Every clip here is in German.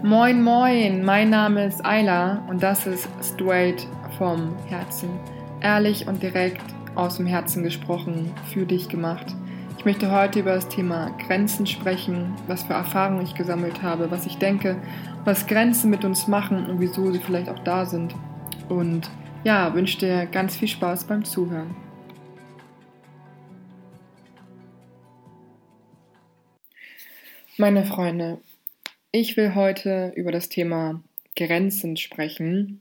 Moin Moin, mein Name ist Ayla und das ist Straight vom Herzen. Ehrlich und direkt aus dem Herzen gesprochen, für dich gemacht. Ich möchte heute über das Thema Grenzen sprechen, was für Erfahrungen ich gesammelt habe, was ich denke, was Grenzen mit uns machen und wieso sie vielleicht auch da sind. Und ja, wünsche dir ganz viel Spaß beim Zuhören. Meine Freunde, ich will heute über das Thema Grenzen sprechen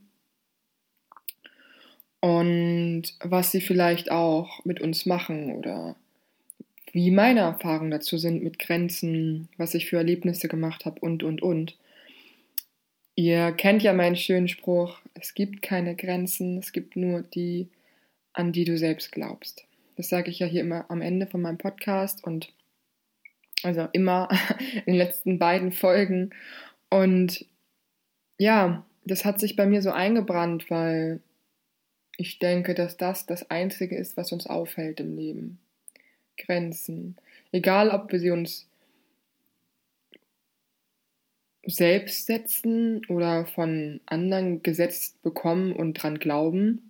und was sie vielleicht auch mit uns machen oder wie meine Erfahrungen dazu sind mit Grenzen, was ich für Erlebnisse gemacht habe und. Ihr kennt ja meinen schönen Spruch, es gibt keine Grenzen, es gibt nur die, an die du selbst glaubst. Das sage ich ja hier immer am Ende von meinem Podcast und also immer in den letzten beiden Folgen. Und ja, das hat sich bei mir so eingebrannt, weil ich denke, dass das Einzige ist, was uns aufhält im Leben. Grenzen. Egal, ob wir sie uns selbst setzen oder von anderen gesetzt bekommen und dran glauben.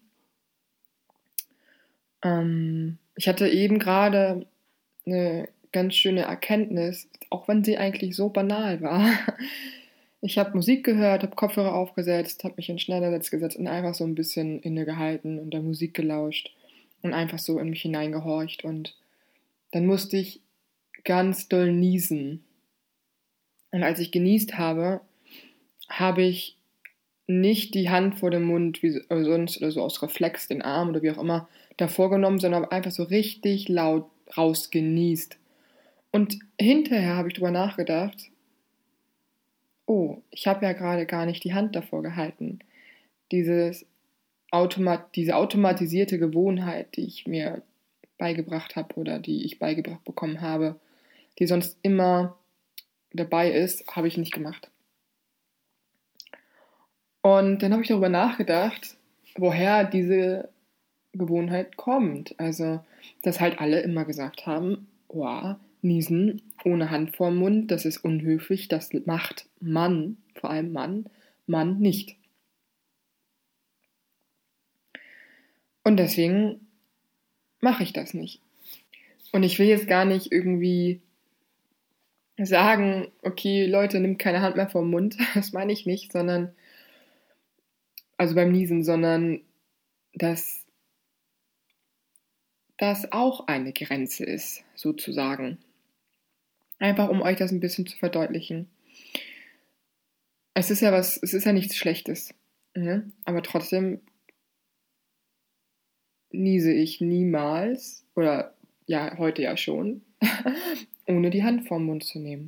Ich hatte eben gerade eine ganz schöne Erkenntnis, auch wenn sie eigentlich so banal war. Ich habe Musik gehört, habe Kopfhörer aufgesetzt, habe mich in Schneidersitz gesetzt und einfach so ein bisschen innegehalten und der Musik gelauscht und einfach so in mich hineingehorcht. Und dann musste ich ganz doll niesen. Und als ich genießt habe, habe ich nicht die Hand vor dem Mund, wie sonst oder so aus Reflex, den Arm oder wie auch immer, davor genommen, sondern einfach so richtig laut rausgenießt. Und hinterher habe ich drüber nachgedacht, oh, ich habe ja gerade gar nicht die Hand davor gehalten. Diese automatisierte Gewohnheit, die ich mir beigebracht habe oder die ich beigebracht bekommen habe, die sonst immer dabei ist, habe ich nicht gemacht. Und dann habe ich darüber nachgedacht, woher diese Gewohnheit kommt. Also, dass halt alle immer gesagt haben, oh, niesen ohne Hand vorm Mund, das ist unhöflich, das macht Mann, vor allem Mann nicht. Und deswegen mache ich das nicht. Und ich will jetzt gar nicht irgendwie sagen, okay, Leute, nimmt keine Hand mehr vorm Mund, das meine ich nicht, sondern, also beim Niesen, sondern, dass das auch eine Grenze ist, sozusagen. Einfach um euch das ein bisschen zu verdeutlichen. Es ist ja nichts Schlechtes, ne? Aber trotzdem niese ich niemals, oder ja, heute ja schon, ohne die Hand vorm Mund zu nehmen.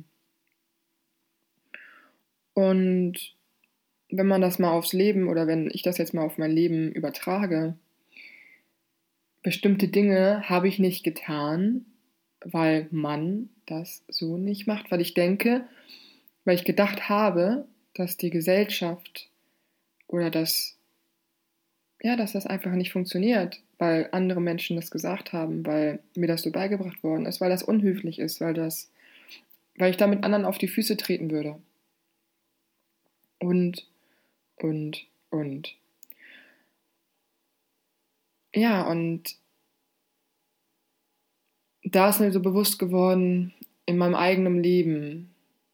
Und wenn man das mal aufs Leben oder wenn ich das jetzt mal auf mein Leben übertrage, bestimmte Dinge habe ich nicht getan, weil man das so nicht macht, weil ich gedacht habe, dass die Gesellschaft oder dass das einfach nicht funktioniert, weil andere Menschen das gesagt haben, weil mir das so beigebracht worden ist, weil das unhöflich ist, weil ich damit anderen auf die Füße treten würde. Und. Ja, und da ist mir so bewusst geworden in meinem eigenen Leben,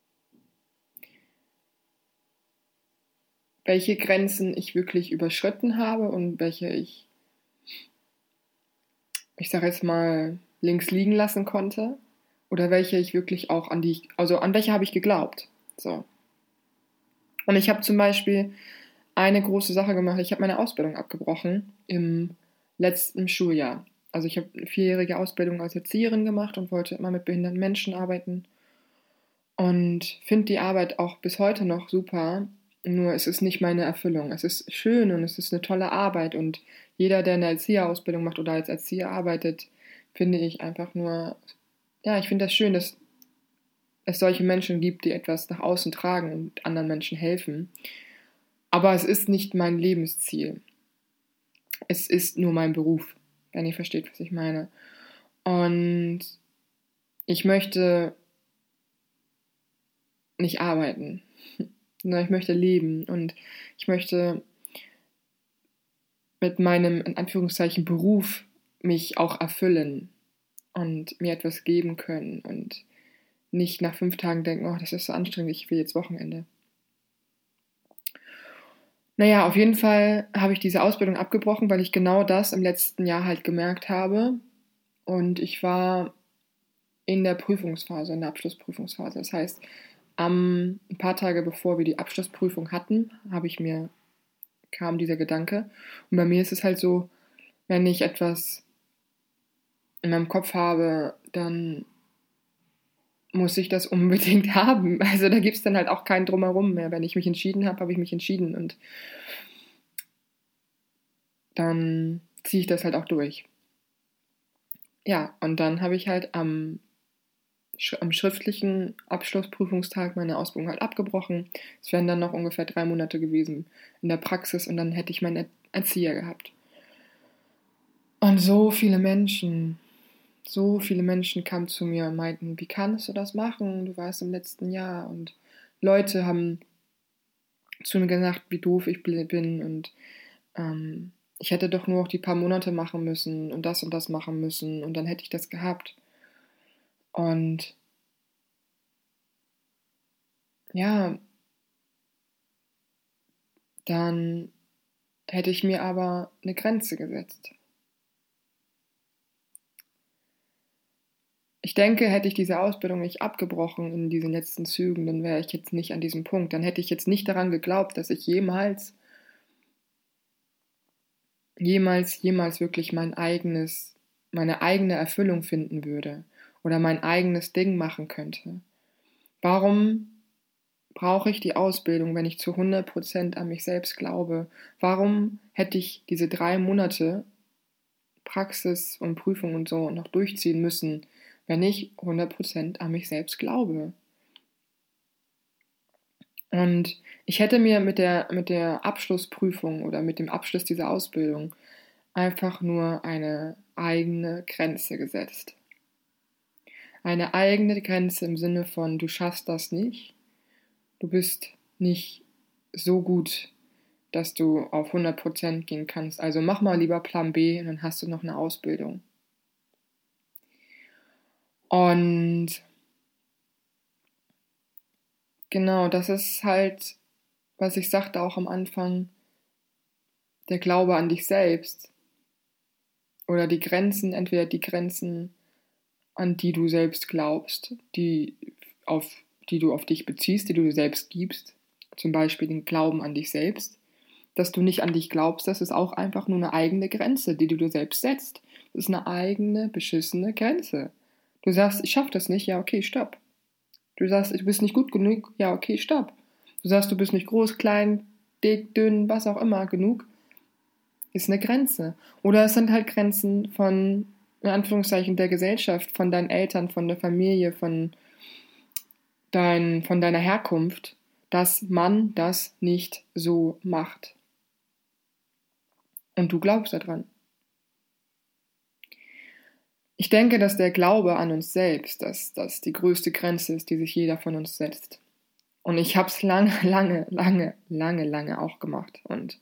welche Grenzen ich wirklich überschritten habe und welche ich sage jetzt mal, links liegen lassen konnte oder welche ich wirklich auch an welche habe ich geglaubt. So. Und ich habe zum Beispiel eine große Sache gemacht. Ich habe meine Ausbildung abgebrochen im letzten Schuljahr. Also ich habe eine 4-jährige Ausbildung als Erzieherin gemacht und wollte immer mit behinderten Menschen arbeiten. Und finde die Arbeit auch bis heute noch super, nur es ist nicht meine Erfüllung. Es ist schön und es ist eine tolle Arbeit und jeder, der eine Erzieherausbildung macht oder als Erzieher arbeitet, finde ich einfach nur, ja, ich finde das schön, dass es solche Menschen gibt, die etwas nach außen tragen und anderen Menschen helfen. Aber es ist nicht mein Lebensziel. Es ist nur mein Beruf, wenn ihr versteht, was ich meine. Und ich möchte nicht arbeiten. sondern ich möchte leben und ich möchte mit meinem, in Anführungszeichen, Beruf mich auch erfüllen und mir etwas geben können und nicht nach 5 Tagen denken, oh, das ist so anstrengend, ich will jetzt Wochenende. Naja, auf jeden Fall habe ich diese Ausbildung abgebrochen, weil ich genau das im letzten Jahr halt gemerkt habe. Und ich war in der Prüfungsphase, in der Abschlussprüfungsphase. Das heißt, ein paar Tage bevor wir die Abschlussprüfung hatten, kam dieser Gedanke. Und bei mir ist es halt so, wenn ich etwas in meinem Kopf habe, dann muss ich das unbedingt haben. Also da gibt es dann halt auch kein Drumherum mehr. Wenn ich mich entschieden habe, habe ich mich entschieden und dann ziehe ich das halt auch durch. Ja, und dann habe ich halt am schriftlichen Abschlussprüfungstag meine Ausbildung halt abgebrochen. Es wären dann noch ungefähr 3 Monate gewesen in der Praxis und dann hätte ich meinen Erzieher gehabt. Und so viele Menschen kamen zu mir und meinten, wie kannst du das machen? Du warst im letzten Jahr. Und Leute haben zu mir gesagt, wie doof ich bin und ich hätte doch nur noch die paar Monate machen müssen und das machen müssen und dann hätte ich das gehabt. Und ja, dann hätte ich mir aber eine Grenze gesetzt. Ich denke, hätte ich diese Ausbildung nicht abgebrochen in diesen letzten Zügen, dann wäre ich jetzt nicht an diesem Punkt. Dann hätte ich jetzt nicht daran geglaubt, dass ich jemals wirklich meine eigene Erfüllung finden würde oder mein eigenes Ding machen könnte. Warum brauche ich die Ausbildung, wenn ich zu 100% an mich selbst glaube? Warum hätte ich diese 3 Monate Praxis und Prüfung und so noch durchziehen müssen, wenn ich 100% an mich selbst glaube? Und ich hätte mir mit der Abschlussprüfung oder mit dem Abschluss dieser Ausbildung einfach nur eine eigene Grenze gesetzt. Eine eigene Grenze im Sinne von, du schaffst das nicht, du bist nicht so gut, dass du auf 100% gehen kannst. Also mach mal lieber Plan B und dann hast du noch eine Ausbildung. Und genau, das ist halt, was ich sagte auch am Anfang, der Glaube an dich selbst. Oder die Grenzen, entweder die Grenzen, an die du selbst glaubst, die du auf dich beziehst, die du dir selbst gibst. Zum Beispiel den Glauben an dich selbst. Dass du nicht an dich glaubst, das ist auch einfach nur eine eigene Grenze, die du dir selbst setzt. Das ist eine eigene, beschissene Grenze. Du sagst, ich schaffe das nicht, ja, okay, stopp. Du sagst, du bist nicht gut genug, ja, okay, stopp. Du sagst, du bist nicht groß, klein, dick, dünn, was auch immer genug, ist eine Grenze. Oder es sind halt Grenzen von, in Anführungszeichen, der Gesellschaft, von deinen Eltern, von der Familie, von deiner Herkunft, dass man das nicht so macht. Und du glaubst daran. Ich denke, dass der Glaube an uns selbst, dass das die größte Grenze ist, die sich jeder von uns setzt. Und ich habe es lange auch gemacht. Und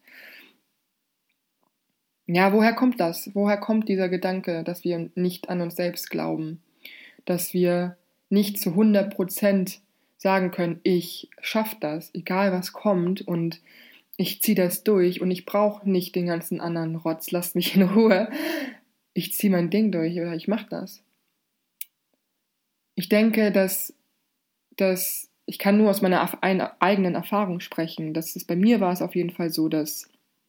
ja, woher kommt das? Woher kommt dieser Gedanke, dass wir nicht an uns selbst glauben? Dass wir nicht zu 100% sagen können, ich schaffe das, egal was kommt und ich ziehe das durch und ich brauche nicht den ganzen anderen Rotz, lasst mich in Ruhe. Ich ziehe mein Ding durch oder ich mache das. Ich denke, dass ich kann nur aus meiner eigenen Erfahrung sprechen. Bei mir war es auf jeden Fall so, dass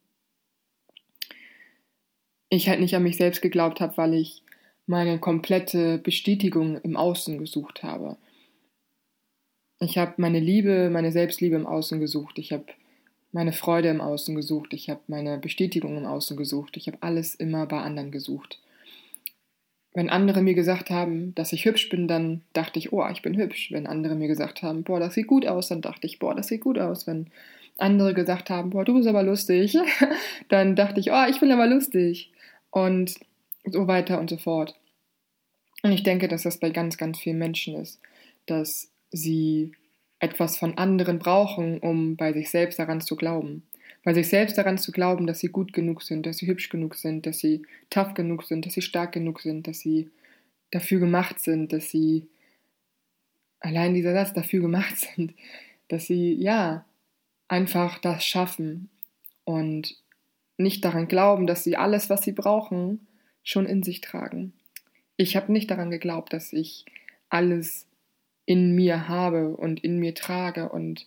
ich halt nicht an mich selbst geglaubt habe, weil ich meine komplette Bestätigung im Außen gesucht habe. Ich habe meine Selbstliebe im Außen gesucht. Ich habe meine Freude im Außen gesucht. Ich habe meine Bestätigung im Außen gesucht. Ich habe alles immer bei anderen gesucht. Wenn andere mir gesagt haben, dass ich hübsch bin, dann dachte ich, oh, ich bin hübsch. Wenn andere mir gesagt haben, boah, das sieht gut aus, dann dachte ich, boah, das sieht gut aus. Wenn andere gesagt haben, boah, du bist aber lustig, dann dachte ich, oh, ich bin aber lustig. Und so weiter und so fort. Und ich denke, dass das bei ganz vielen Menschen ist, dass sie etwas von anderen brauchen, um bei sich selbst daran zu glauben. Bei sich selbst daran zu glauben, dass sie gut genug sind, dass sie hübsch genug sind, dass sie tough genug sind, dass sie stark genug sind, dass sie dafür gemacht sind, dass sie, allein dieser Satz, dafür gemacht sind, dass sie, ja, einfach das schaffen und nicht daran glauben, dass sie alles, was sie brauchen, schon in sich tragen. Ich habe nicht daran geglaubt, dass ich alles in mir habe und in mir trage und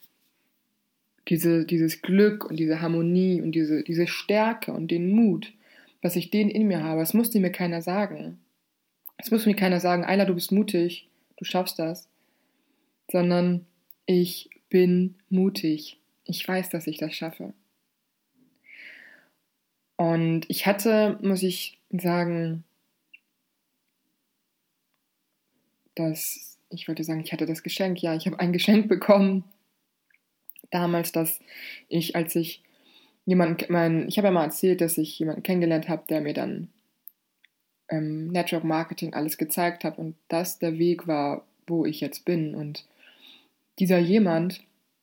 dieses Glück und diese Harmonie und diese Stärke und den Mut, dass ich den in mir habe. Das musste mir keiner sagen. Es muss mir keiner sagen, Ayla, du bist mutig, du schaffst das, sondern ich bin mutig. Ich weiß, dass ich das schaffe. Und ich hatte, muss ich sagen, ich hatte das Geschenk, ja, ich habe ein Geschenk bekommen, damals, dass ich, ich habe ja mal erzählt, dass ich jemanden kennengelernt habe, der mir dann Network Marketing alles gezeigt hat und das der Weg war, wo ich jetzt bin. Und dieser jemand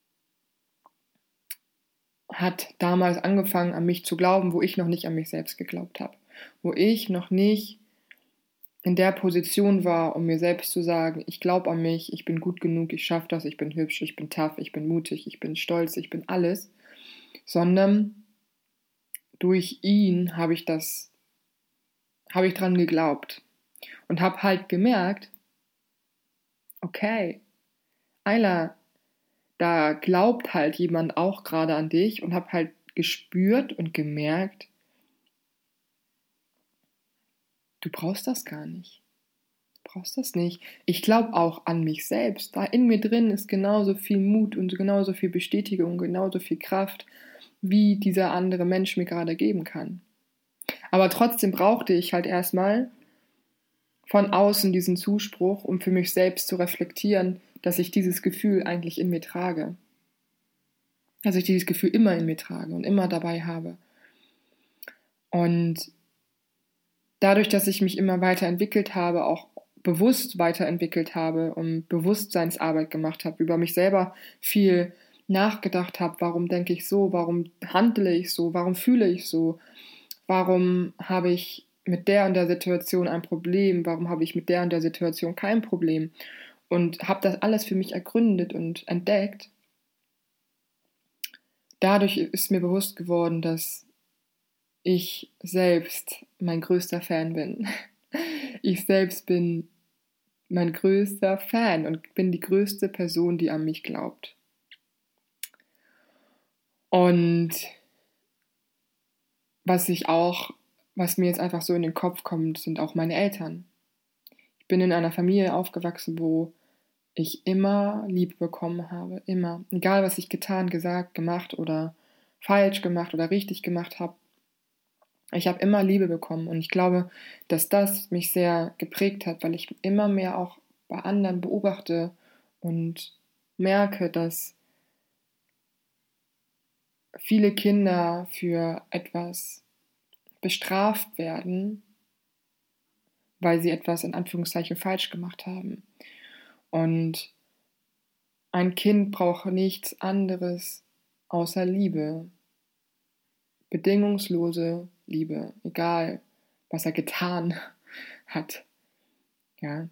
hat damals angefangen, an mich zu glauben, wo ich noch nicht an mich selbst geglaubt habe. Wo ich noch nicht in der Position war, um mir selbst zu sagen, ich glaube an mich, ich bin gut genug, ich schaffe das, ich bin hübsch, ich bin tough, ich bin mutig, ich bin stolz, ich bin alles. Sondern durch ihn habe ich dran geglaubt und habe halt gemerkt, okay, Ayla, da glaubt halt jemand auch gerade an dich und habe halt gespürt und gemerkt, du brauchst das gar nicht. Du brauchst das nicht. Ich glaube auch an mich selbst. Da in mir drin ist genauso viel Mut und genauso viel Bestätigung, genauso viel Kraft, wie dieser andere Mensch mir gerade geben kann. Aber trotzdem brauchte ich halt erstmal von außen diesen Zuspruch, um für mich selbst zu reflektieren, dass ich dieses Gefühl eigentlich in mir trage. Dass ich dieses Gefühl immer in mir trage und immer dabei habe. Und dadurch, dass ich mich immer weiterentwickelt habe, auch bewusst weiterentwickelt habe und Bewusstseinsarbeit gemacht habe, über mich selber viel nachgedacht habe, warum denke ich so, warum handle ich so, warum fühle ich so, warum habe ich mit der und der Situation ein Problem, warum habe ich mit der und der Situation kein Problem und habe das alles für mich ergründet und entdeckt. Dadurch ist mir bewusst geworden, dass ich selbst mein größter Fan bin. Ich selbst bin mein größter Fan und bin die größte Person, die an mich glaubt. Und was mir jetzt einfach so in den Kopf kommt, sind auch meine Eltern. Ich bin in einer Familie aufgewachsen, wo ich immer Liebe bekommen habe, immer. Egal, was ich getan, gesagt, gemacht oder falsch gemacht oder richtig gemacht habe. Ich habe immer Liebe bekommen und ich glaube, dass das mich sehr geprägt hat, weil ich immer mehr auch bei anderen beobachte und merke, dass viele Kinder für etwas bestraft werden, weil sie etwas in Anführungszeichen falsch gemacht haben. Und ein Kind braucht nichts anderes außer Liebe. Bedingungslose Liebe, egal was er getan hat. Ja.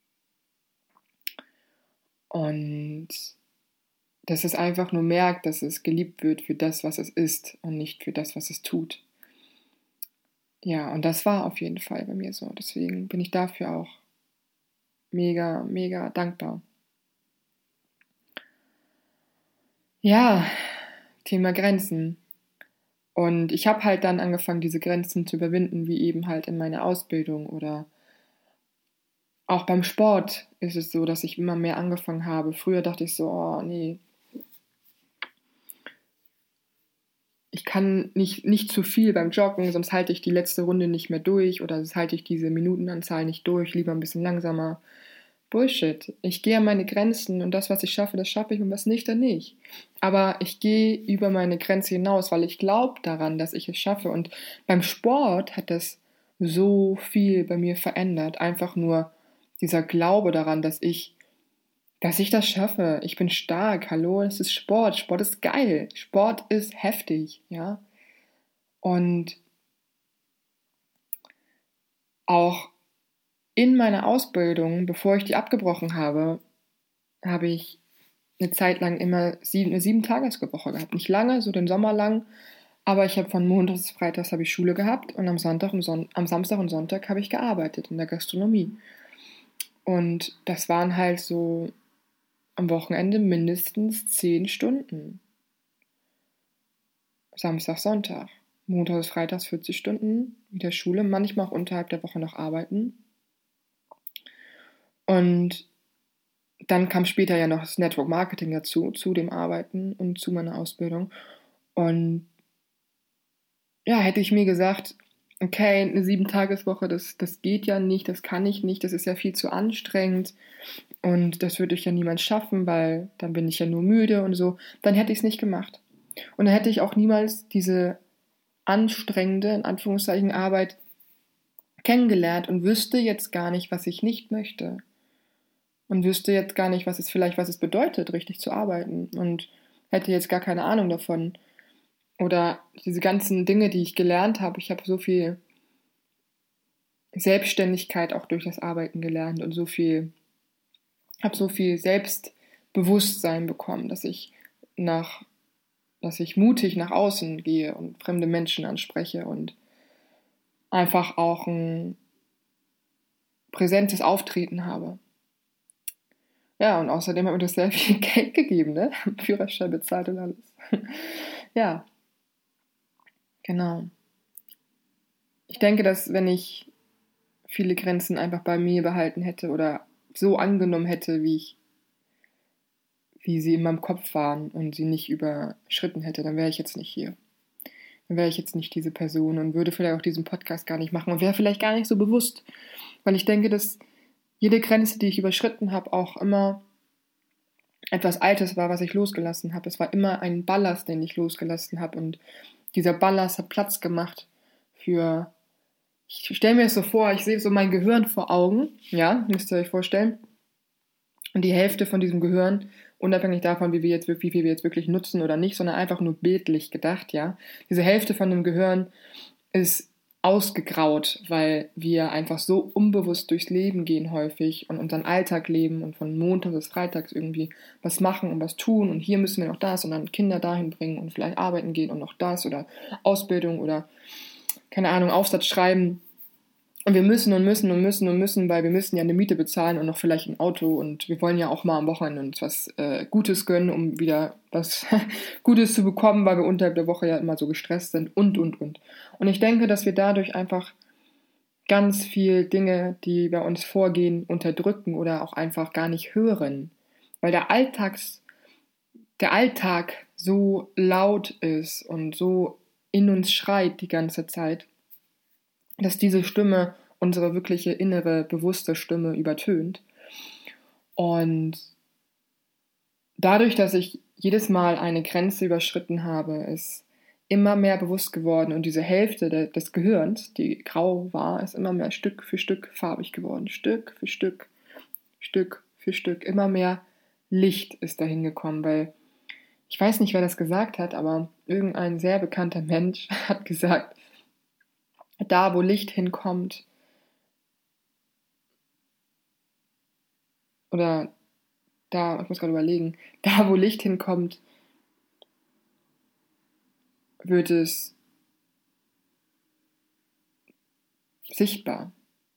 Und dass es einfach nur merkt, dass es geliebt wird für das, was es ist und nicht für das, was es tut. Ja, und das war auf jeden Fall bei mir so. Deswegen bin ich dafür auch mega, mega dankbar. Ja, Thema Grenzen. Und ich habe halt dann angefangen, diese Grenzen zu überwinden, wie eben halt in meiner Ausbildung oder auch beim Sport ist es so, dass ich immer mehr angefangen habe. Früher dachte ich so, oh nee, ich kann nicht zu viel beim Joggen, sonst halte ich die letzte Runde nicht mehr durch oder sonst halte ich diese Minutenanzahl nicht durch, lieber ein bisschen langsamer. Bullshit. Ich gehe an meine Grenzen und das, was ich schaffe, das schaffe ich und was nicht, dann nicht. Aber ich gehe über meine Grenze hinaus, weil ich glaube daran, dass ich es schaffe. Und beim Sport hat das so viel bei mir verändert. Einfach nur dieser Glaube daran, dass ich dass ich das schaffe. Ich bin stark. Hallo, es ist Sport. Sport ist geil. Sport ist heftig, ja. Und auch in meiner Ausbildung, bevor ich die abgebrochen habe, habe ich eine Zeit lang immer eine 7-Tages-Woche gehabt. Nicht lange, so den Sommer lang, aber ich habe von Montags bis Freitags habe ich Schule gehabt und am Samstag und Sonntag habe ich gearbeitet in der Gastronomie. Und das waren halt so am Wochenende mindestens 10 Stunden. Samstag, Sonntag. Montag bis Freitags 40 Stunden, wieder Schule, manchmal auch unterhalb der Woche noch arbeiten. Und dann kam später ja noch das Network Marketing dazu, zu dem Arbeiten und zu meiner Ausbildung. Und ja, hätte ich mir gesagt, okay, eine 7-Tages-Woche, das geht ja nicht, das kann ich nicht, das ist ja viel zu anstrengend und das würde ich ja niemals schaffen, weil dann bin ich ja nur müde und so, dann hätte ich es nicht gemacht. Und dann hätte ich auch niemals diese anstrengende, in Anführungszeichen, Arbeit kennengelernt und wüsste jetzt gar nicht, was ich nicht möchte. Und wüsste jetzt gar nicht, was es bedeutet, richtig zu arbeiten. Und hätte jetzt gar keine Ahnung davon. Oder diese ganzen Dinge, die ich gelernt habe. Ich habe so viel Selbstständigkeit auch durch das Arbeiten gelernt und habe so viel Selbstbewusstsein bekommen, dass ich mutig nach außen gehe und fremde Menschen anspreche und einfach auch ein präsentes Auftreten habe. Ja, und außerdem hat mir das sehr viel Geld gegeben, ne? Führerschein bezahlt und alles. Ja, genau. Ich denke, dass wenn ich viele Grenzen einfach bei mir behalten hätte oder so angenommen hätte, wie sie in meinem Kopf waren und sie nicht überschritten hätte, dann wäre ich jetzt nicht hier. Dann wäre ich jetzt nicht diese Person und würde vielleicht auch diesen Podcast gar nicht machen und wäre vielleicht gar nicht so bewusst. Weil ich denke, dass jede Grenze, die ich überschritten habe, auch immer etwas Altes war, was ich losgelassen habe. Es war immer ein Ballast, den ich losgelassen habe. Und dieser Ballast hat Platz gemacht für. Ich stelle mir das so vor, ich sehe so mein Gehirn vor Augen, ja, müsst ihr euch vorstellen. Und die Hälfte von diesem Gehirn, unabhängig davon, wie viel wir jetzt wirklich nutzen oder nicht, sondern einfach nur bildlich gedacht, ja. Diese Hälfte von dem Gehirn ist ausgegraut, weil wir einfach so unbewusst durchs Leben gehen häufig und unseren Alltag leben und von Montag bis Freitags irgendwie was machen und was tun und hier müssen wir noch das und dann Kinder dahin bringen und vielleicht arbeiten gehen und noch das oder Ausbildung oder keine Ahnung, Aufsatz schreiben. Und wir müssen und müssen und müssen und müssen, weil wir müssen ja eine Miete bezahlen und noch vielleicht ein Auto und wir wollen ja auch mal am Wochenende uns was Gutes gönnen, um wieder was Gutes zu bekommen, weil wir unterhalb der Woche ja immer so gestresst sind und. Und ich denke, dass wir dadurch einfach ganz viel Dinge, die bei uns vorgehen, unterdrücken oder auch einfach gar nicht hören, weil der Alltag so laut ist und so in uns schreit die ganze Zeit, dass diese Stimme unsere wirkliche innere, bewusste Stimme übertönt. Und dadurch, dass ich jedes Mal eine Grenze überschritten habe, ist immer mehr bewusst geworden und diese Hälfte des Gehirns, die grau war, ist immer mehr Stück für Stück farbig geworden. Stück für Stück, Stück für Stück. Immer mehr Licht ist dahin gekommen, weil ich weiß nicht, wer das gesagt hat, aber irgendein sehr bekannter Mensch hat gesagt, da wo Licht hinkommt, oder da, ich muss gerade überlegen, da wo Licht hinkommt, wird es sichtbar.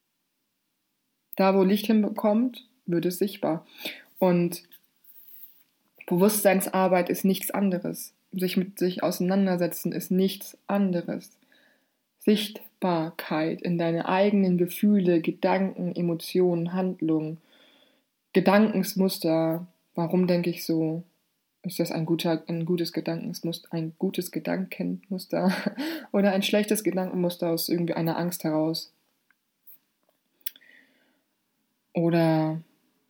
Da wo Licht hinkommt, wird es sichtbar. Und Bewusstseinsarbeit ist nichts anderes. Sich mit sich auseinandersetzen ist nichts anderes. Sichtbarkeit in deine eigenen Gefühle, Gedanken, Emotionen, Handlungen, Gedankensmuster. Warum denke ich so? Ist das ein gutes Gedankenmuster oder ein schlechtes Gedankenmuster aus irgendwie einer Angst heraus? Oder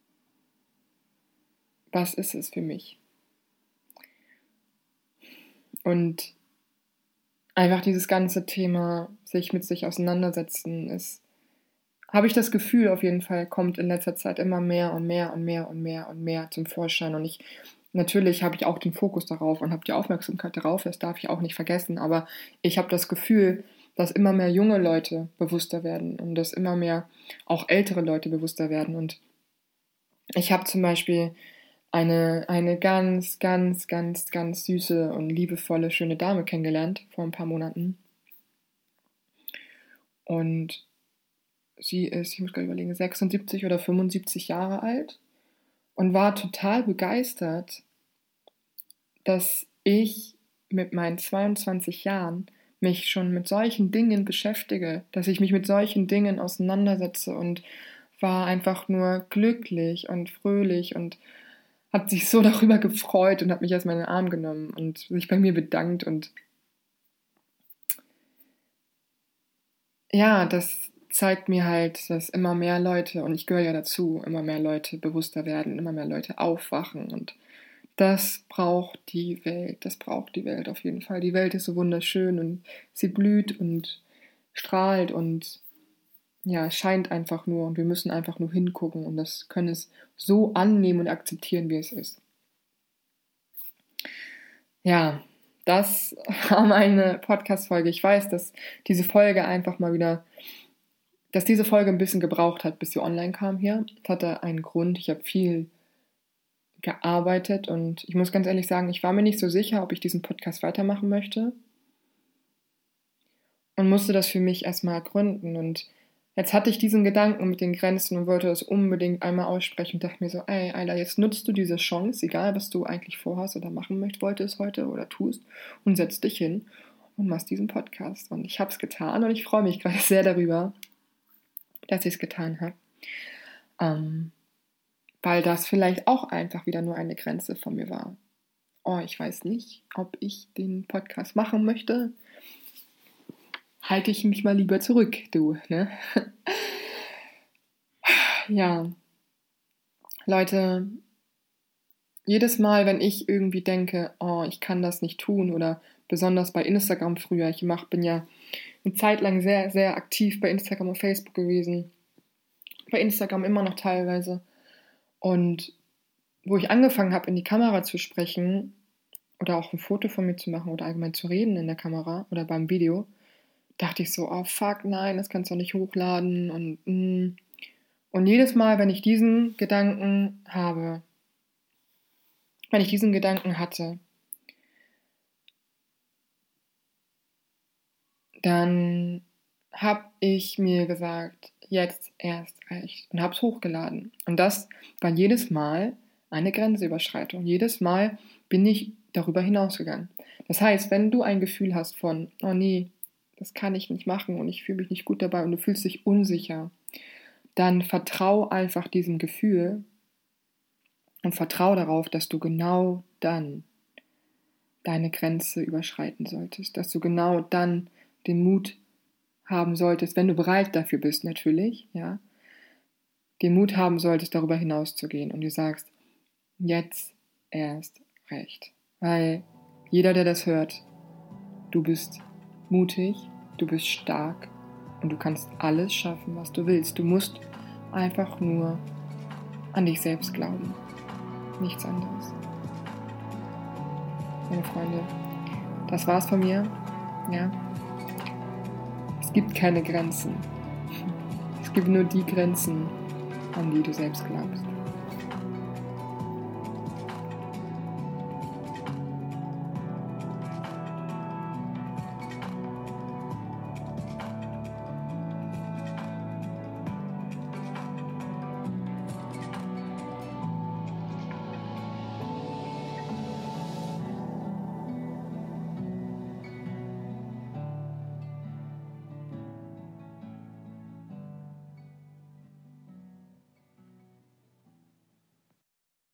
was ist es für mich? Und einfach dieses ganze Thema, sich mit sich auseinandersetzen, ist habe ich das Gefühl, auf jeden Fall kommt in letzter Zeit immer mehr und mehr und mehr und mehr und mehr zum Vorschein. Und natürlich habe ich auch den Fokus darauf und habe die Aufmerksamkeit darauf, das darf ich auch nicht vergessen. Aber ich habe das Gefühl, dass immer mehr junge Leute bewusster werden und dass immer mehr auch ältere Leute bewusster werden. Und ich habe zum Beispiel eine ganz, ganz, ganz, ganz süße und liebevolle, schöne Dame kennengelernt vor ein paar Monaten. Und sie ist, ich muss gerade überlegen, 76 oder 75 Jahre alt und war total begeistert, dass ich mit meinen 22 Jahren mich schon mit solchen Dingen beschäftige, dass ich mich mit solchen Dingen auseinandersetze und war einfach nur glücklich und fröhlich und hat sich so darüber gefreut und hat mich erstmal in den Arm genommen und sich bei mir bedankt. Und ja, das zeigt mir halt, dass immer mehr Leute, und ich gehöre ja dazu, immer mehr Leute bewusster werden, immer mehr Leute aufwachen. Und das braucht die Welt, das braucht die Welt auf jeden Fall. Die Welt ist so wunderschön und sie blüht und strahlt und ja, scheint einfach nur, und wir müssen einfach nur hingucken und das können es so annehmen und akzeptieren, wie es ist. Ja, das war meine Podcast-Folge. Ich weiß, dass diese Folge einfach mal wieder, dass diese Folge ein bisschen gebraucht hat, bis sie online kam hier. Das hatte einen Grund. Ich habe viel gearbeitet und ich muss ganz ehrlich sagen, ich war mir nicht so sicher, ob ich diesen Podcast weitermachen möchte und musste das für mich erstmal gründen. Und jetzt hatte ich diesen Gedanken mit den Grenzen und wollte das unbedingt einmal aussprechen und dachte mir so, ey, Ayla, jetzt nutzt du diese Chance, egal was du eigentlich vorhast oder machen wolltest heute oder tust, und setzt dich hin und machst diesen Podcast. Und ich habe es getan und ich freue mich gerade sehr darüber, dass ich es getan habe. Weil das vielleicht auch einfach wieder nur eine Grenze von mir war. Oh, ich weiß nicht, ob ich den Podcast machen möchte. Halte ich mich mal lieber zurück, du, ne? Ja, Leute, jedes Mal, wenn ich irgendwie denke, oh, ich kann das nicht tun, oder besonders bei Instagram früher, bin ja eine Zeit lang sehr, sehr aktiv bei Instagram und Facebook gewesen, bei Instagram immer noch teilweise, und wo ich angefangen habe, in die Kamera zu sprechen oder auch ein Foto von mir zu machen oder allgemein zu reden in der Kamera oder beim Video, dachte ich so, oh fuck, nein, das kannst du nicht hochladen und jedes Mal, wenn ich diesen Gedanken habe, wenn ich diesen Gedanken hatte, dann habe ich mir gesagt, jetzt erst recht, und habe es hochgeladen. Und das war jedes Mal eine Grenzüberschreitung. Jedes Mal bin ich darüber hinausgegangen. Das heißt, wenn du ein Gefühl hast von, oh nee, das kann ich nicht machen und ich fühle mich nicht gut dabei und du fühlst dich unsicher, dann vertrau einfach diesem Gefühl und vertrau darauf, dass du genau dann deine Grenze überschreiten solltest, dass du genau dann den Mut haben solltest, wenn du bereit dafür bist natürlich, ja, den Mut haben solltest, darüber hinauszugehen und du sagst, jetzt erst recht. Weil jeder, der das hört, du bist mutig, du bist stark und du kannst alles schaffen, was du willst. Du musst einfach nur an dich selbst glauben. Nichts anderes. Meine Freunde, das war's von mir. Ja. Es gibt keine Grenzen. Es gibt nur die Grenzen, an die du selbst glaubst.